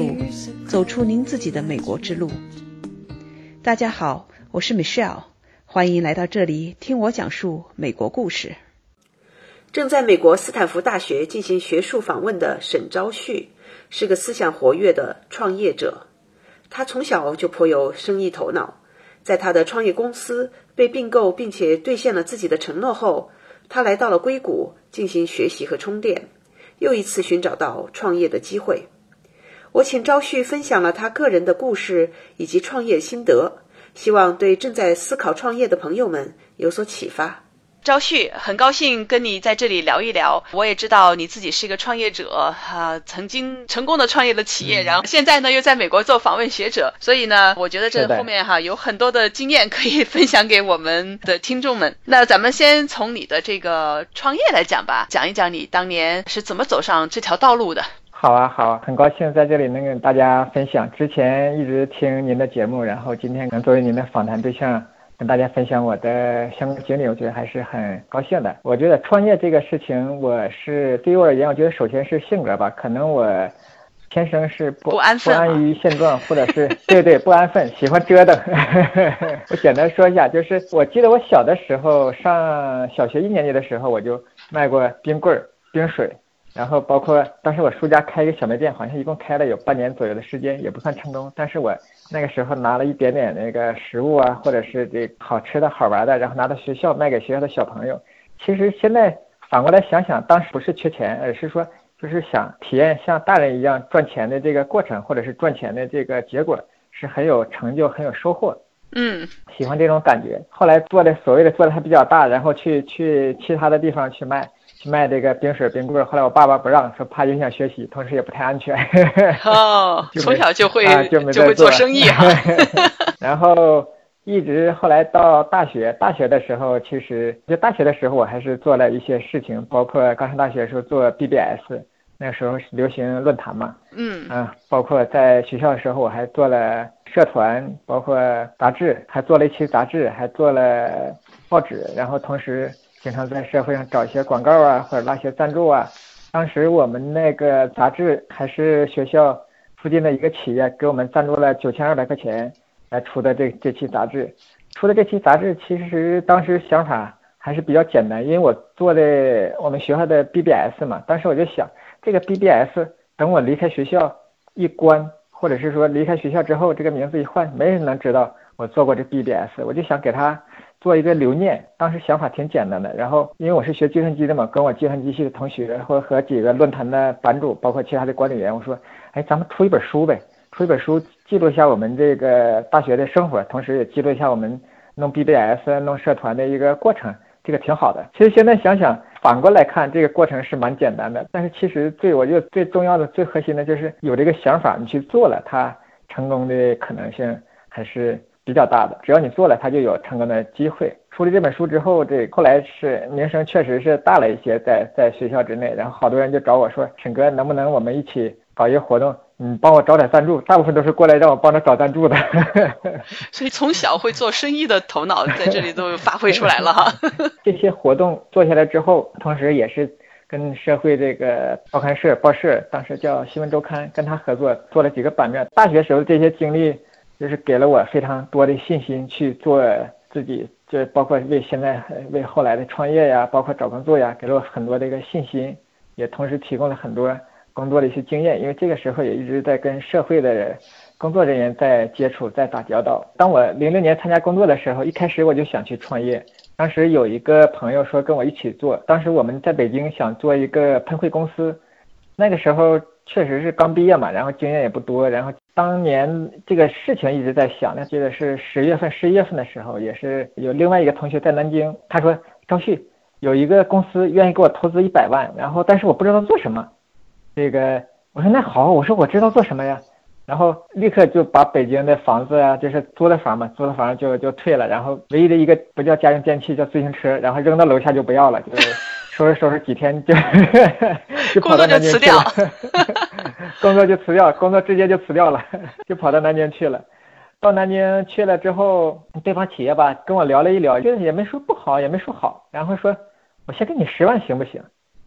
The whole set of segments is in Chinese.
路，走出您自己的美国之路。大家好，我是 Michelle， 欢迎来到这里听我讲述美国故事。正在美国斯坦福大学进行学术访问的沈昭旭是个思想活跃的创业者，他从小就颇有生意头脑。在他的创业公司被并购并且兑现了自己的承诺后，他来到了硅谷进行学习和充电，又一次寻找到创业的机会。我请昭旭分享了他个人的故事以及创业心得，希望对正在思考创业的朋友们有所启发。昭旭，很高兴跟你在这里聊一聊。我也知道你自己是一个创业者曾经成功的创业了企业，然后现在呢又在美国做访问学者，所以呢我觉得这后面有很多的经验可以分享给我们的听众们。那咱们先从你的这个创业来讲吧，讲一讲你当年是怎么走上这条道路的。 好啊，很高兴在这里能跟大家分享。之前一直听您的节目，然后今天能作为您的访谈对象跟大家分享我的相关经历，我觉得还是很高兴的。我觉得创业这个事情，对于我而言，我觉得首先是性格吧，可能我天生是不安于现状，或者是对不安分，喜欢折腾。我简单说一下，就是我记得我小的时候上小学1年级的时候，我就卖过冰棍、冰水，然后包括当时我叔家开一个小卖店，好像一共开了有半年左右的时间，也不算成功，但是我那个时候拿了一点点那个食物啊，或者是这好吃的好玩的，然后拿到学校卖给学校的小朋友。其实现在反过来想想，当时不是缺钱，而是说就是想体验像大人一样赚钱的这个过程，或者是赚钱的这个结果是很有成就很有收获。喜欢这种感觉。后来所谓的做的还比较大，然后去其他的地方去卖这个冰水冰棍。后来我爸爸不让，说怕影响学习，同时也不太安全。 从小就会做生意哈。 然后一直后来到大学的时候，其实就大学的时候我还是做了一些事情，包括刚上大学的时候做 BBS， 那个时候流行论坛嘛。包括在学校的时候我还做了社团，包括杂志，还做了一期杂志，还做了报纸，然后同时经常在社会上找一些广告啊，或者拉些赞助啊。当时我们那个杂志还是学校附近的一个企业给我们赞助了9200块钱来出的这期杂志。出的这期杂志其实当时想法还是比较简单，因为我做的我们学校的 BBS 嘛，当时我就想这个 BBS 等我离开学校一关，或者是说离开学校之后这个名字一换，没人能知道我做过这 BBS， 我就想给他做一个留念。当时想法挺简单的，然后因为我是学计算机的嘛，跟我计算机系的同学和几个论坛的版主，包括其他的管理员，我说咱们出一本书呗，记录一下我们这个大学的生活，同时也记录一下我们弄 BBS 弄社团的一个过程，这个挺好的。其实现在想想反过来看，这个过程是蛮简单的，但是其实我觉得最重要的最核心的就是有这个想法，你去做了，它成功的可能性还是比较大的。只要你做了，它就有成功的机会。出了这本书之后，后来是名声确实是大了一些，在学校之内，然后好多人就找我说，沈哥能不能我们一起搞一个活动，你帮我找点赞助。大部分都是过来让我帮着找赞助的。 所以从小会做生意的头脑在这里都发挥出来了哈。 这些活动做下来之后，同时也是跟社会这个报社当时叫新闻周刊，跟他合作做了几个版面。大学时候这些经历就是给了我非常多的信心去做自己，就包括为后来的创业呀，包括找工作呀，给了我很多的一个信心，也同时提供了很多工作的一些经验。因为这个时候也一直在跟社会的工作人员在接触，在打交道。当我00年参加工作的时候，一开始我就想去创业。当时有一个朋友说跟我一起做，当时我们在北京想做一个喷绘公司，那个时候确实是刚毕业嘛，然后经验也不多，然后当年这个事情一直在想，那记得是11月份的时候，也是有另外一个同学在南京，他说昭旭有一个公司愿意给我投资100万，然后但是我不知道做什么。我说那好，我说我知道做什么呀，然后立刻就把北京的房子啊，就是租的房就退了，然后唯一的一个不叫家用电器叫自行车，然后扔到楼下就不要了，就收拾几天就跑到南京去了。工作直接就辞掉了，就跑到南京去了。到南京去了之后，对方企业吧跟我聊了一聊，觉得也没说不好也没说好，然后说我先给你10万行不行？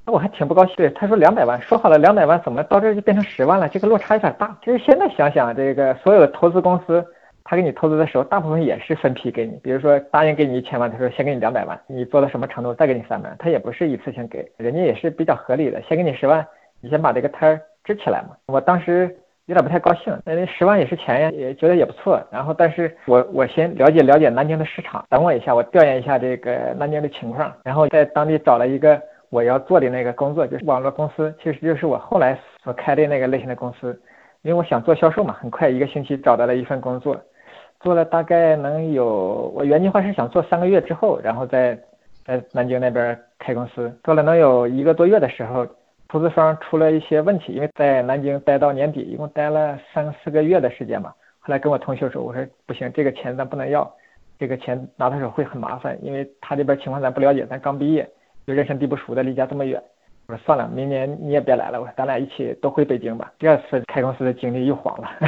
我还挺不高兴。对，他说200万，说好了200万，怎么到这儿就变成10万了？这个落差有点大。其实现在想想，这个所有的投资公司，他给你投资的时候，大部分也是分批给你。比如说答应给你1000万，他说先给你200万，你做到什么程度再给你300万，他也不是一次性给，人家也是比较合理的，先给你10万，你先把这个摊儿支起来嘛。我当时有点不太高兴，那10万也是钱呀，也觉得也不错。然后，但是我先了解南京的市场，等我一下，我调研一下这个南京的情况，然后在当地找了一个我要做的那个工作，就是网络公司，其实就是我后来所开的那个类型的公司。因为我想做销售嘛，很快1个星期找到了一份工作，做了大概能有，我原计划是想做3个月之后，然后在南京那边开公司，做了能有1个多月的时候。投资方出了一些问题，因为在南京待到年底，一共待了3、4个月的时间吧。后来跟我同学说，我说不行，这个钱咱不能要，这个钱拿到手会很麻烦，因为他这边情况咱不了解，咱刚毕业，又人生地不熟的，离家这么远。我说算了，明年你也别来了，我说咱俩一起都回北京吧。第2次开公司的经历又黄了。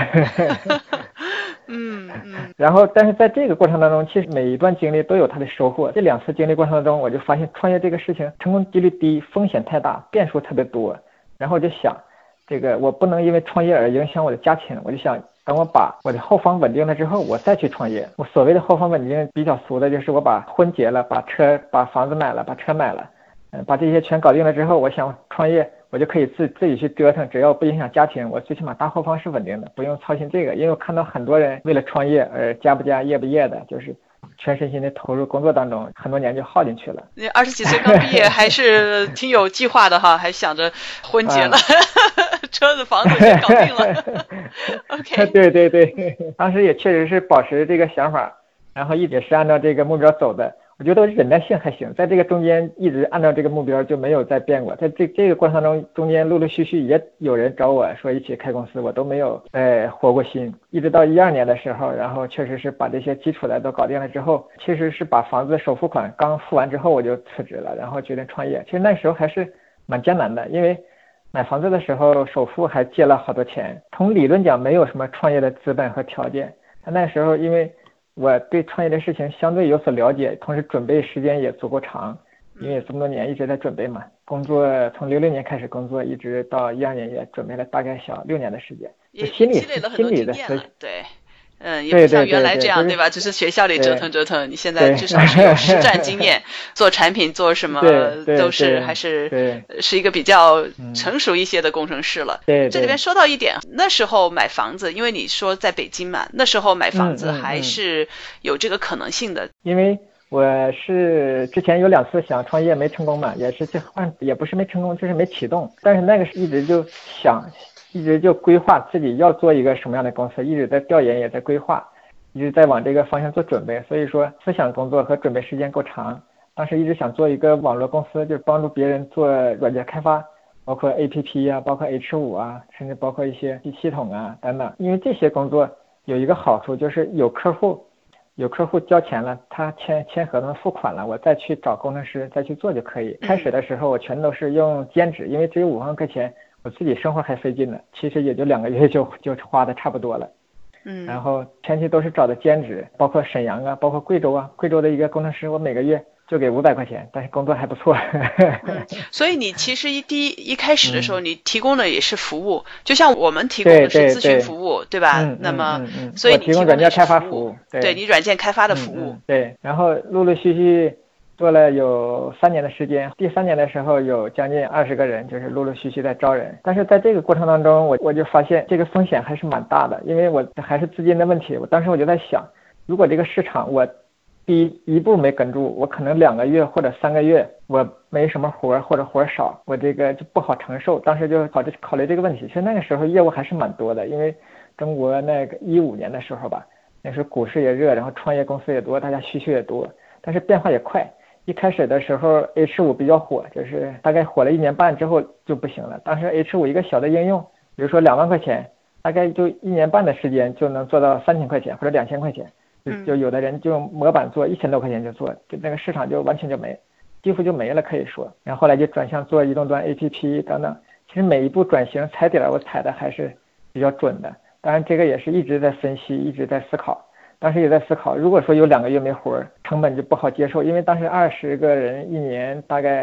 然后，但是在这个过程当中，其实每一段经历都有它的收获。这2次经历过程当中，我就发现创业这个事情成功几率低，风险太大，变数特别多。然后我就想，这个我不能因为创业而影响我的家庭，我就想等我把我的后方稳定了之后，我再去创业。我所谓的后方稳定，比较俗的就是我把婚结了，把房子买了，把车买了，把这些全搞定了之后，我想创业。我就可以自己去折腾，只要不影响家庭，我最起码大后方是稳定的，不用操心这个。因为我看到很多人为了创业而家不家业不业的，就是全身心的投入工作当中，很多年就耗进去了。 你20几岁刚毕业，还是挺有计划的哈，还想着婚结了，车子房子也搞定了。OK， 对，当时也确实是保持这个想法，然后一直是按照这个目标走的。我觉得我忍耐性还行，在这个中间一直按照这个目标就没有再变过。在这个过程当中，中间陆陆续续也有人找我说一起开公司，我都没有活过心。一直到12年的时候，然后确实是把这些基础的都搞定了之后，其实是把房子首付款刚付完之后我就辞职了，然后决定创业。其实那时候还是蛮艰难的，因为买房子的时候首付还借了好多钱，从理论讲没有什么创业的资本和条件。但那时候因为我对创业的事情相对有所了解，同时准备时间也足够长，因为这么多年一直在准备嘛。工作从06年开始工作，一直到12年也准备了大概小6年的时间， 也心理积累了很多经验了，对。也不像原来这样，对吧？只是学校里折腾折腾，你现在至少是有实战经验，做产品做什么都是还是一个比较成熟一些的工程师了。这里边说到一点，那时候买房子，因为你说在北京嘛，那时候买房子还是有这个可能性的。 因为我是之前有2次想创业没成功嘛，也不是没成功，就是没启动。但是那个是一直就规划自己要做一个什么样的公司，一直在调研，也在规划，一直在往这个方向做准备。所以说思想工作和准备时间够长。当时一直想做一个网络公司，就是帮助别人做软件开发，包括 APP 啊，包括 H5 啊，甚至包括一些系统啊等等。因为这些工作有一个好处，就是有客户交钱了，他签合同付款了，我再去找工程师再去做就可以。开始的时候我全都是用兼职，因为只有5万块钱，我自己生活还费劲呢，其实也就2个月就花的差不多了。然后前期都是找的兼职，包括沈阳啊，包括贵州的一个工程师，我每个月就给500块钱，但是工作还不错。 所以你其实一开始的时候，你提供的也是服务，就像我们提供的是咨询服务， 对吧？那么所以你提供软件开发服务， 对你软件开发的服务。 对，然后陆陆续续做了有3年的时间，第3年的时候有将近20个人，就是陆陆续续在招人。但是在这个过程当中，我就发现这个风险还是蛮大的，因为我还是资金的问题。当时我就在想，如果这个市场我第一步没跟住，我可能2个月或者3个月我没什么活或者活少，我这个就不好承受。当时就考虑这个问题。其实那个时候业务还是蛮多的，因为中国那个15年的时候吧，那时候股市也热，然后创业公司也多，大家需求也多，但是变化也快。一开始的时候 H5 比较火，就是大概火了1年半之后就不行了。当时 H5 一个小的应用，比如说2万块钱，大概就1年半的时间就能做到3000块钱或者2000块钱，就有的人就用模板做1000多块钱就做，就那个市场就完全就几乎就没了可以说。然后后来就转向做移动端 APP 等等。其实每一步转型踩点我踩的还是比较准的，当然这个也是一直在分析，一直在思考。当时也在思考，如果说有2个月没活，成本就不好接受，因为当时20个人，1年大概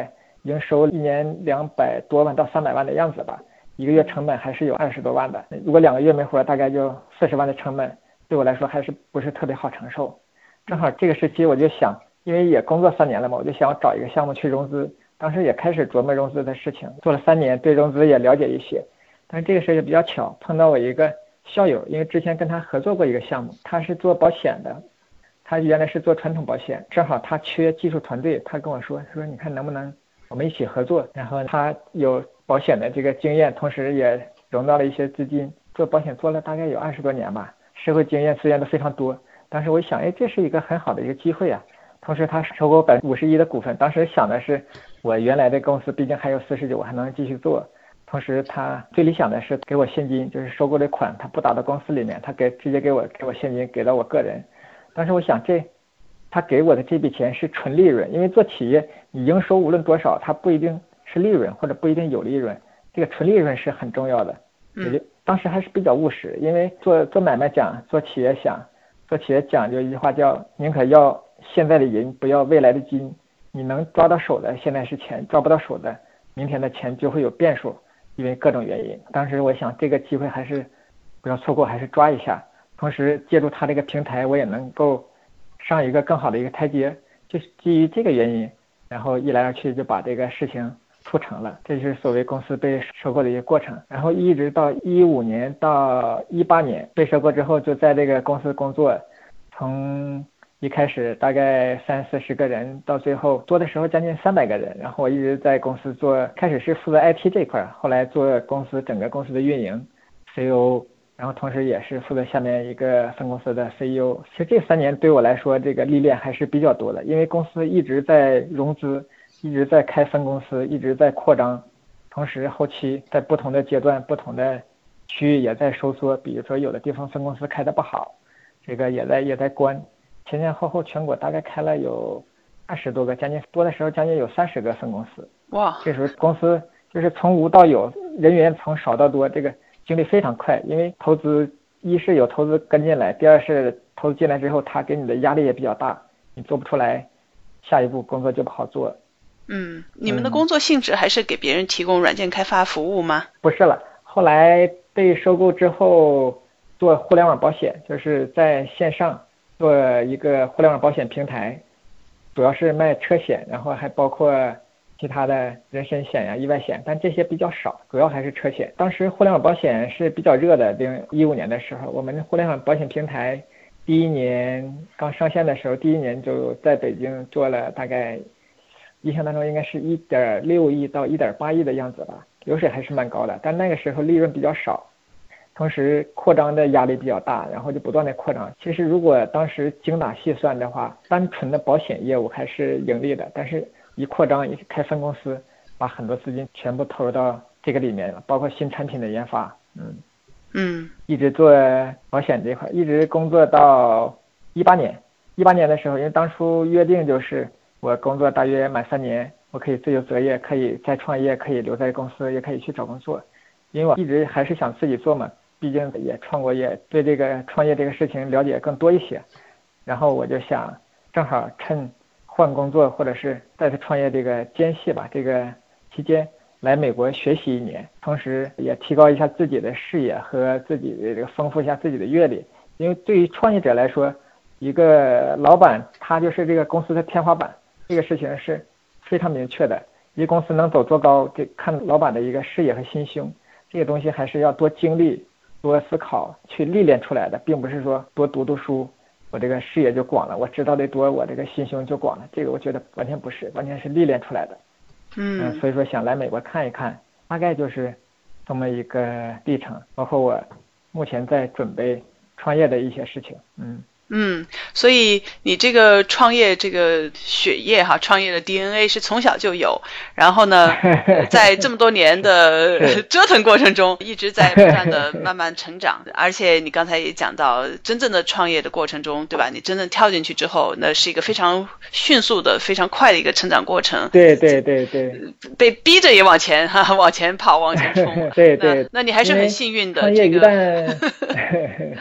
营收一年200多万到300万的样子吧，一个月成本还是有20多万的。如果2个月没活，大概就40万的成本，对我来说还是不是特别好承受。正好这个时期我就想，因为也工作3年了嘛，我就想找一个项目去融资。当时也开始琢磨融资的事情，做了3年，对融资也了解一些。但是这个时候也比较巧，碰到我一个校友，因为之前跟他合作过一个项目，他是做保险的，他原来是做传统保险，正好他缺技术团队，他跟我说你看能不能我们一起合作。然后他有保险的这个经验，同时也融到了一些资金，做保险做了大概有20多年吧，社会经验资源都非常多。当时我想，这是一个很好的一个机会啊。同时他收购51%的股份，当时想的是我原来的公司毕竟还有49%，我还能继续做。同时他最理想的是给我现金，就是收购的款他不打到公司里面，他直接给我现金给到我个人。当时我想他给我的这笔钱是纯利润，因为做企业你营收无论多少，它不一定是利润，或者不一定有利润，这个纯利润是很重要的。当时还是比较务实，因为做买卖讲，做企业讲究一句话叫宁可要现在的银，不要未来的金。你能抓到手的现在是钱，抓不到手的明天的钱就会有变数，因为各种原因。当时我想这个机会还是不要错过，还是抓一下。同时借助他这个平台，我也能够上一个更好的一个台阶，就是基于这个原因，然后一来二去就把这个事情促成了。这就是所谓公司被收购的一个过程。然后一直到15年到18年被收购之后，就在这个公司工作，从一开始大概30-40个人，到最后多的时候将近300个人。然后我一直在公司做，开始是负责 IT 这块，后来做整个公司的运营 CEO， 然后同时也是负责下面一个分公司的 CEO。 其实这3年对我来说这个历练还是比较多的，因为公司一直在融资，一直在开分公司，一直在扩张，同时后期在不同的阶段不同的区域也在收缩，比如说有的地方分公司开得不好，这个也在关。前后全国大概开了有20多个，将近多的时候将近有30个分公司。 哇！ 这时候公司就是从无到有，人员从少到多，这个经历非常快。因为投资，一是有投资跟进来，第二是投资进来之后，他给你的压力也比较大，你做不出来，下一步工作就不好做。 你们的工作性质还是给别人提供软件开发服务吗？ 不是了，后来被收购之后做互联网保险，就是在线上做一个互联网保险平台，主要是卖车险，然后还包括其他的人身险呀、意外险，但这些比较少，主要还是车险。当时互联网保险是比较热的，15年的时候，我们互联网保险平台第一年刚上线的时候，第一年就在北京做了大概印象当中应该是1.6亿到1.8亿的样子吧，流水还是蛮高的，但那个时候利润比较少，同时扩张的压力比较大，然后就不断的扩张。其实如果当时精打细算的话，单纯的保险业务还是盈利的，但是一扩张一开分公司，把很多资金全部投入到这个里面了，包括新产品的研发。一直做保险这块，一直工作到18年的时候，因为当初约定就是我工作大约满3年，我可以自由择业，可以再创业，可以留在公司，也可以去找工作。因为我一直还是想自己做嘛，毕竟也创过业，对这个创业这个事情了解更多一些。然后我就想正好趁换工作或者是再次创业这个间隙吧，这个期间来美国学习1年，同时也提高一下自己的视野和自己的这个丰富一下自己的阅历。因为对于创业者来说，一个老板他就是这个公司的天花板，这个事情是非常明确的。一个公司能走多高，这看老板的一个视野和心胸，这个东西还是要多经历、多思考去历练出来的，并不是说多读书，我这个视野就广了，我知道的多，我这个心胸就广了。这个我觉得完全不是，完全是历练出来的。所以说想来美国看一看，大概就是这么一个历程，包括我目前在准备创业的一些事情。 所以你这个创业这个血液创业的 DNA 是从小就有，然后呢在这么多年的折腾过程中一直在不断的慢慢成长。而且你刚才也讲到真正的创业的过程中，对吧，你真正跳进去之后，那是一个非常迅速的非常快的一个成长过程。 对， 被逼着也往前往前跑往前冲。 对， 那你还是很幸运的。 创业一旦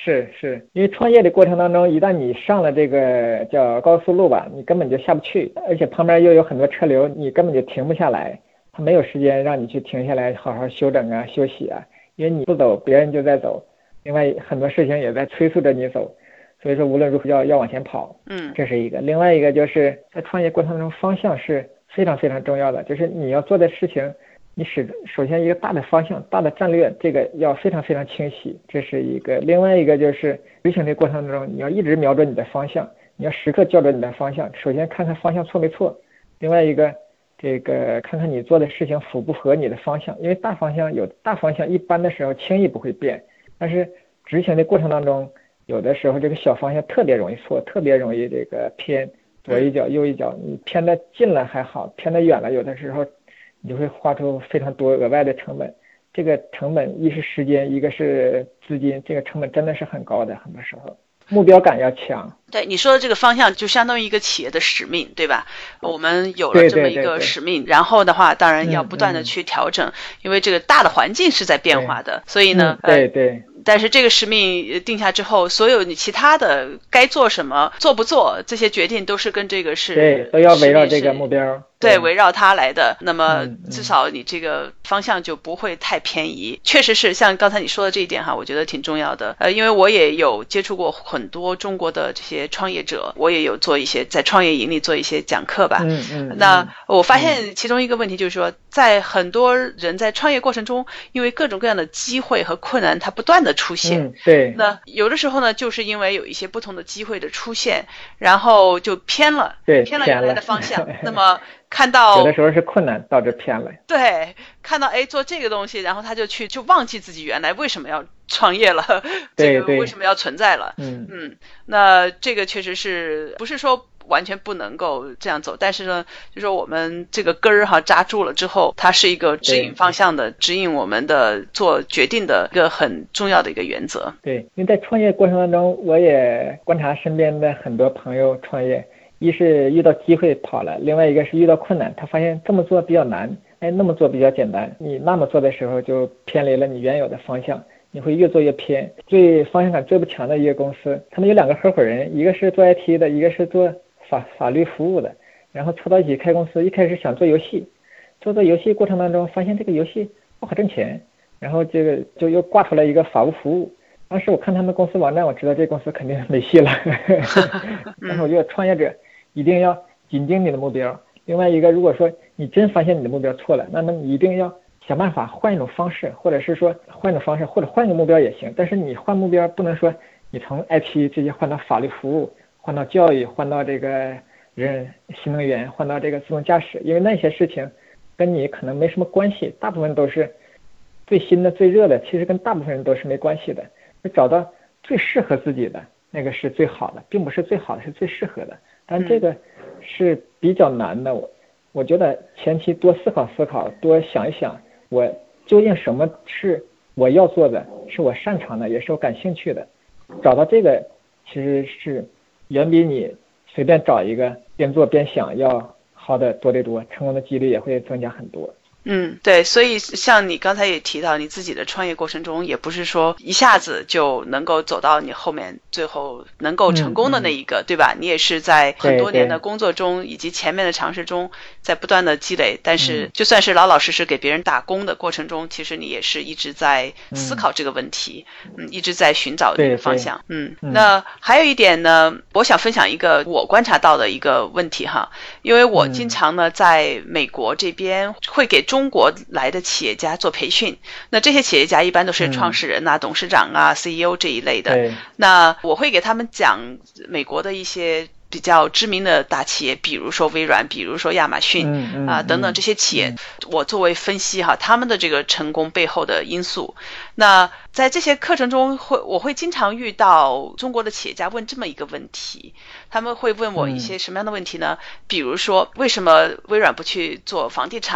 是，因为创业的过程当中，一旦你上了这个叫高速路吧，你根本就下不去，而且旁边又有很多车流，你根本就停不下来，他没有时间让你去停下来好好休整啊、休息啊，因为你不走，别人就在走，另外很多事情也在催促着你走，所以说无论如何要往前跑，这是一个。另外一个就是在创业过程中，方向是非常非常重要的，就是你要做的事情。你首先一个大的方向、大的战略，这个要非常非常清晰，这是一个。另外一个就是执行的过程中，你要一直瞄准你的方向，你要时刻校准你的方向。首先看看方向错没错，另外一个这个看看你做的事情符不合你的方向，因为大方向一般的时候轻易不会变，但是执行的过程当中，有的时候这个小方向特别容易错，特别容易这个偏左一脚右一脚，你偏得近了还好，偏得远了有的时候。你就会花出非常多额外的成本，这个成本一是时间，一个是资金，这个成本真的是很高的，很多时候目标感要强。 对你说的这个方向就相当于一个企业的使命，对吧？我们有了这么一个使命，然后的话当然要不断的去调整，因为这个大的环境是在变化的，所以呢对但是这个使命定下之后，所有你其他的该做什么做不做这些决定都是跟这个是对，都要围绕这个目标， 对，围绕它来的。那么至少你这个方向就不会太偏移。确实是像刚才你说的这一点哈，我觉得挺重要的。因为我也有接触过很多中国的这些创业者，我也有做一些在创业营里做一些讲课吧。那我发现其中一个问题就是说，在很多人在创业过程中，因为各种各样的机会和困难，它不断的出现。 对。 那有的时候呢，就是因为有一些不同的机会的出现，然后就偏了原来的方向。那么看到有的时候是困难导致偏了。 对，看到做这个东西，然后他就忘记自己原来为什么要创业了，这个为什么要存在了。那这个确实是不是说完全不能够这样走，但是呢就是说我们这个根儿扎住了之后，它是一个指引方向的，指引我们的做决定的一个很重要的一个原则。 对，因为在创业过程当中，我也观察身边的很多朋友创业，一是遇到机会跑了，另外一个是遇到困难，他发现这么做比较难，那么做比较简单，你那么做的时候就偏离了你原有的方向，你会越做越偏。最方向感最不强的一个公司，他们有2个合伙人，一个是做 IT 的，一个是做法律服务的，然后凑到一起开公司，一开始想做游戏，做游戏过程当中发现这个游戏不好挣钱，然后这个就又挂出来一个法务服务。当时我看他们公司网站，我知道这公司肯定没戏了。但是我觉得创业者一定要紧盯你的目标。另外一个，如果说你真发现你的目标错了，那么你一定要想办法换一种方式，或者是说换一种方式，或者换个目标也行。但是你换目标不能说你从 IT 直接换到法律服务，换到教育，换到这个新能源，换到这个自动驾驶，因为那些事情跟你可能没什么关系，大部分都是最新的最热的，其实跟大部分人都是没关系的。找到最适合自己的那个是最好的，并不是最好的，是最适合的。但这个是比较难的，我觉得前期多思考，多想一想，我究竟什么是我要做的，是我擅长的，也是我感兴趣的。找到这个其实是远比你随便找一个边做边想要好的多得多，成功的几率也会增加很多。 对，所以像你刚才也提到，你自己的创业过程中，也不是说一下子就能够走到你后面最后能够成功的那一个，对吧？你也是在很多年的工作中以及前面的尝试中，在不断的积累。但是就算是老老实实给别人打工的过程中，其实你也是一直在思考这个问题，一直在寻找这个方向。那还有一点呢，我想分享一个我观察到的一个问题哈，因为我经常呢在美国这边会给中国来的企业家做培训，那这些企业家一般都是创始人董事长CEO 这一类的。那我会给他们讲美国的一些比较知名的大企业，比如说微软，比如说亚马逊等等这些企业，我作为分析他们的这个成功背后的因素。那在这些课程中我会经常遇到中国的企业家问这么一个问题，他们会问我一些什么样的问题呢？比如说为什么微软不去做房地产，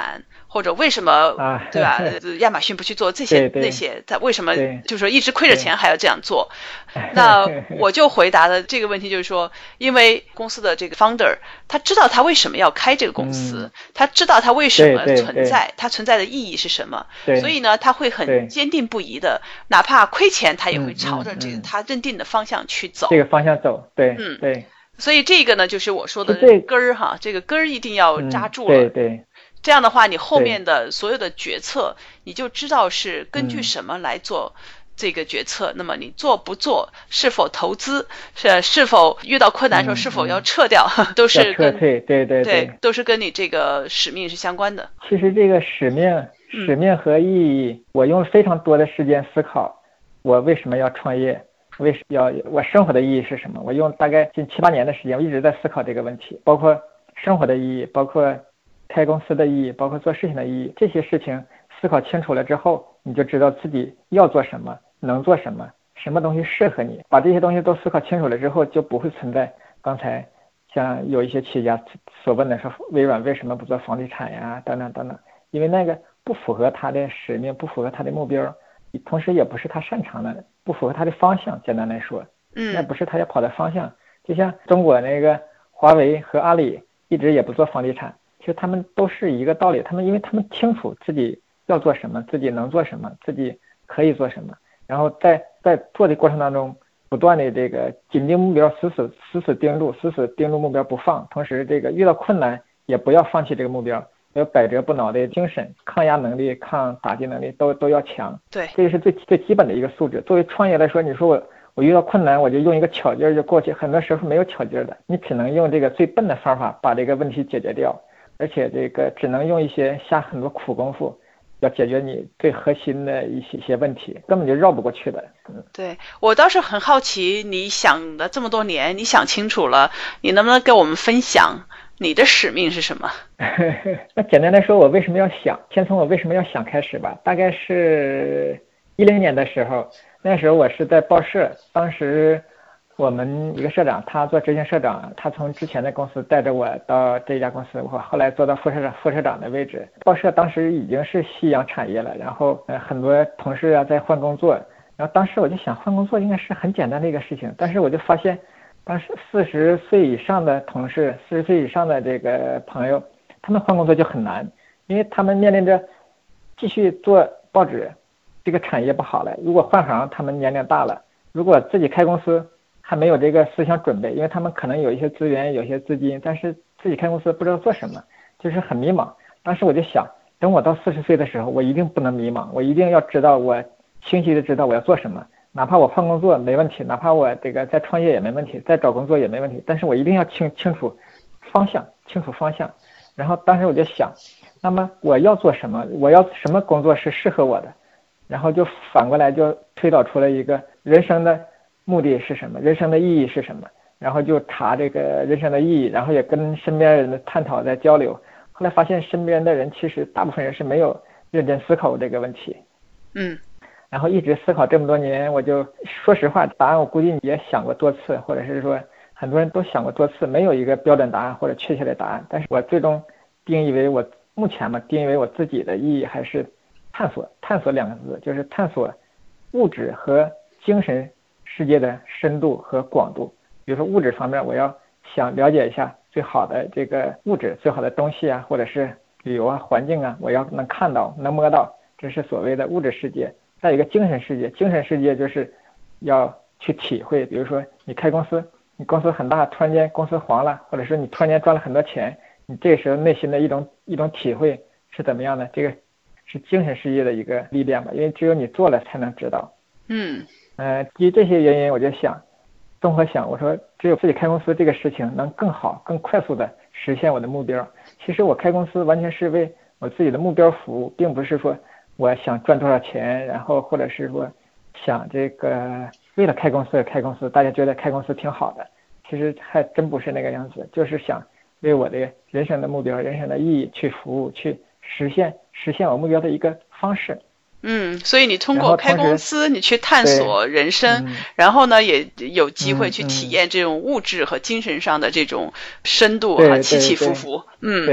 或者为什么对吧？亚马逊不去做这些那些，他为什么就是说一直亏着钱还要这样做？那我就回答的这个问题就是说，因为公司的这个 founder 他知道他为什么要开这个公司，他知道他为什么存在，他存在的意义是什么，所以呢他会很坚定不移的，哪怕亏钱他也会朝着这个他认定的方向去走， 这个方向走，对，对。 所以这个呢就是我说的根儿哈，这个根儿一定要扎住了， 对。 这样的话你后面的所有的决策你就知道是根据什么来做这个决策，那么你做不做，是否投资，是否遇到困难的时候是否要撤掉，都是撤退，对， 都是跟你这个使命是相关的。 其实这个使命和意义，我用了非常多的时间思考，我为什么要创业，我生活的意义是什么？我用大概近7-8年的时间，我一直在思考这个问题，包括生活的意义，包括开公司的意义，包括做事情的意义，这些事情思考清楚了之后，你就知道自己要做什么，能做什么，什么东西适合你。把这些东西都思考清楚了之后，就不会存在刚才像有一些企业家所问的说微软为什么不做房地产呀，等等等等，因为那个不符合他的使命，不符合他的目标，同时也不是他擅长的，不符合他的方向。简单来说，那不是他要跑的方向。就像中国那个华为和阿里一直也不做房地产，其实他们都是一个道理，因为他们清楚自己要做什么，自己能做什么，自己可以做什么，然后在做的过程当中不断的这个紧盯目标，死死盯住目标不放，同时这个遇到困难也不要放弃这个目标，要百折不挠的精神，抗压能力、抗打击能力都要强。 对， 这是最基本的一个素质。作为创业来说，你说我遇到困难我就用一个巧劲就过去，很多时候没有巧劲的，你只能用这个最笨的方法把这个问题解决掉，而且这个只能用下很多苦功夫，要解决你最核心的一些问题，根本就绕不过去的。 对，我倒是很好奇，你想了这么多年，你想清楚了，你能不能跟我们分享你的使命是什么？ 那简单来说，我为什么要想，先从我为什么要想开始吧。大概是2010年的时候，那时候我是在报社，当时我们一个社长，他做执行社长，他从之前的公司带着我到这家公司，我后来做到副社长的位置。报社当时已经是夕阳产业了，然后很多同事啊在换工作，然后当时我就想换工作应该是很简单的一个事情，但是我就发现当时40岁以上的同事，40岁以上的这个朋友，他们换工作就很难，因为他们面临着继续做报纸，这个产业不好了，如果换行他们年龄大了，如果自己开公司还没有这个思想准备，因为他们可能有一些资源，有一些资金，但是自己开公司不知道做什么，就是很迷茫。当时我就想，等我到40岁的时候，我一定不能迷茫，我一定要知道，我清晰的知道我要做什么，哪怕我换工作没问题，哪怕我这个再创业也没问题，再找工作也没问题，但是我一定要清楚方向。然后当时我就想，那么我要做什么，我要什么工作是适合我的，然后就反过来就推导出了一个人生的目的是什么，人生的意义是什么，然后就查这个人生的意义，然后也跟身边人的探讨在交流，后来发现身边的人其实大部分人是没有认真思考过这个问题。然后一直思考这么多年，我就说实话，答案我估计你也想过多次，或者是说很多人都想过多次，没有一个标准答案或者确切的答案，但是我最终定义为我自己的意义还是探索2个字，就是探索物质和精神世界的深度和广度。比如说物质方面，我要想了解一下最好的这个物质，最好的东西啊，或者是旅游啊、环境啊，我要能看到、能摸到，这是所谓的物质世界。再一个精神世界，精神世界就是要去体会，比如说你开公司，你公司很大，突然间公司黄了，或者是你突然间赚了很多钱，你这个时候内心的一种体会是怎么样的？这个是精神世界的一个力量吧，因为只有你做了才能知道。基于这些原因，我就想，综合想，我说只有自己开公司这个事情能更好、更快速的实现我的目标。其实我开公司完全是为我自己的目标服务，并不是说我想赚多少钱，然后或者是说想这个为了开公司而开公司，大家觉得开公司挺好的，其实还真不是那个样子，就是想为我的人生的目标、人生的意义去服务，去实现我目标的一个方式。 所以你通过开公司，你去探索人生，然后呢，也有机会去体验这种物质和精神上的这种深度啊，起起伏伏。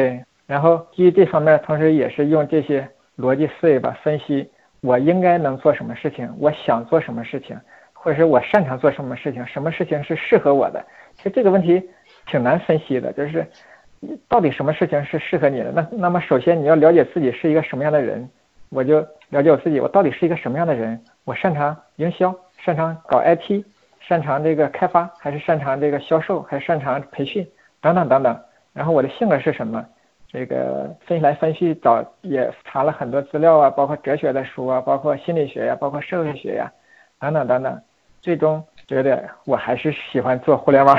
然后基于这方面，同时也是用这些逻辑思维吧，分析我应该能做什么事情，我想做什么事情，或者是我擅长做什么事情，什么事情是适合我的。其实这个问题挺难分析的，就是到底什么事情是适合你的。那么首先你要了解自己是一个什么样的人，我就了解我自己，我到底是一个什么样的人，我擅长营销，擅长搞 IT， 擅长这个开发，还是擅长这个销售，还是擅长培训等等等等。然后我的性格是什么，这个分析来分析也查了很多资料啊，包括哲学的书啊，包括心理学呀，包括社会学呀，等等等等。最终觉得我还是喜欢做互联网，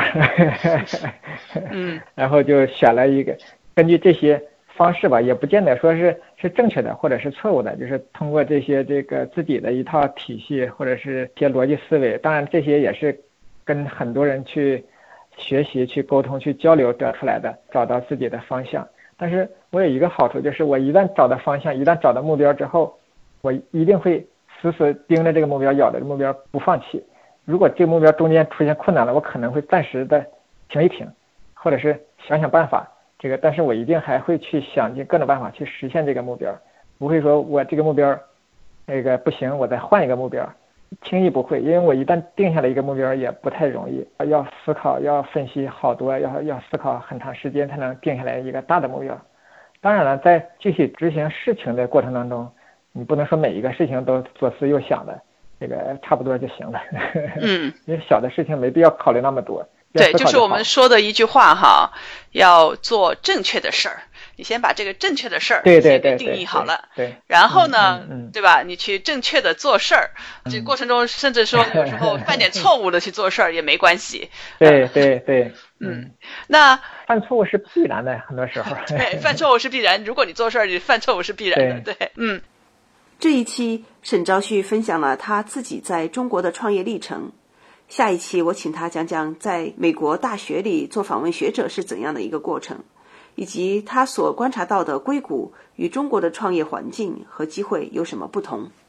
然后就选了一个，根据这些方式吧，也不见得说是正确的或者是错误的，就是通过这些这个自己的一套体系或者是一些逻辑思维，当然这些也是跟很多人去学习、去沟通、去交流得出来的，找到自己的方向。但是我有一个好处，就是我一旦找到方向，一旦找到目标之后，我一定会死死盯着这个目标，咬着这个目标不放弃。如果这个目标中间出现困难了，我可能会暂时的停一停，或者是想想办法。但是我一定还会去想尽各种办法去实现这个目标，不会说我这个目标不行，我再换一个目标，轻易不会，因为我一旦定下了一个目标也不太容易，要思考，要分析好多，要思考很长时间才能定下来一个大的目标。当然了，在具体执行事情的过程当中，你不能说每一个事情都左思右想的，这个差不多就行了。因为小的事情没必要考虑那么多。 对，就是我们说的一句话哈，要做正确的事儿。你先把这个正确的事儿先给定义好了， 对， 然后呢，对吧？你去正确的做事儿，这过程中甚至说有时候犯点错误的去做事儿也没关系。 对， 那犯错误是必然的，很多时候。 对，犯错误是必然。如果你做事儿，你犯错误是必然的。对， 这一期沈昭旭分享了他自己在中国的创业历程。下一期我请他讲讲在美国大学里做访问学者是怎样的一个过程，以及他所观察到的硅谷与中国的创业环境和机会有什么不同。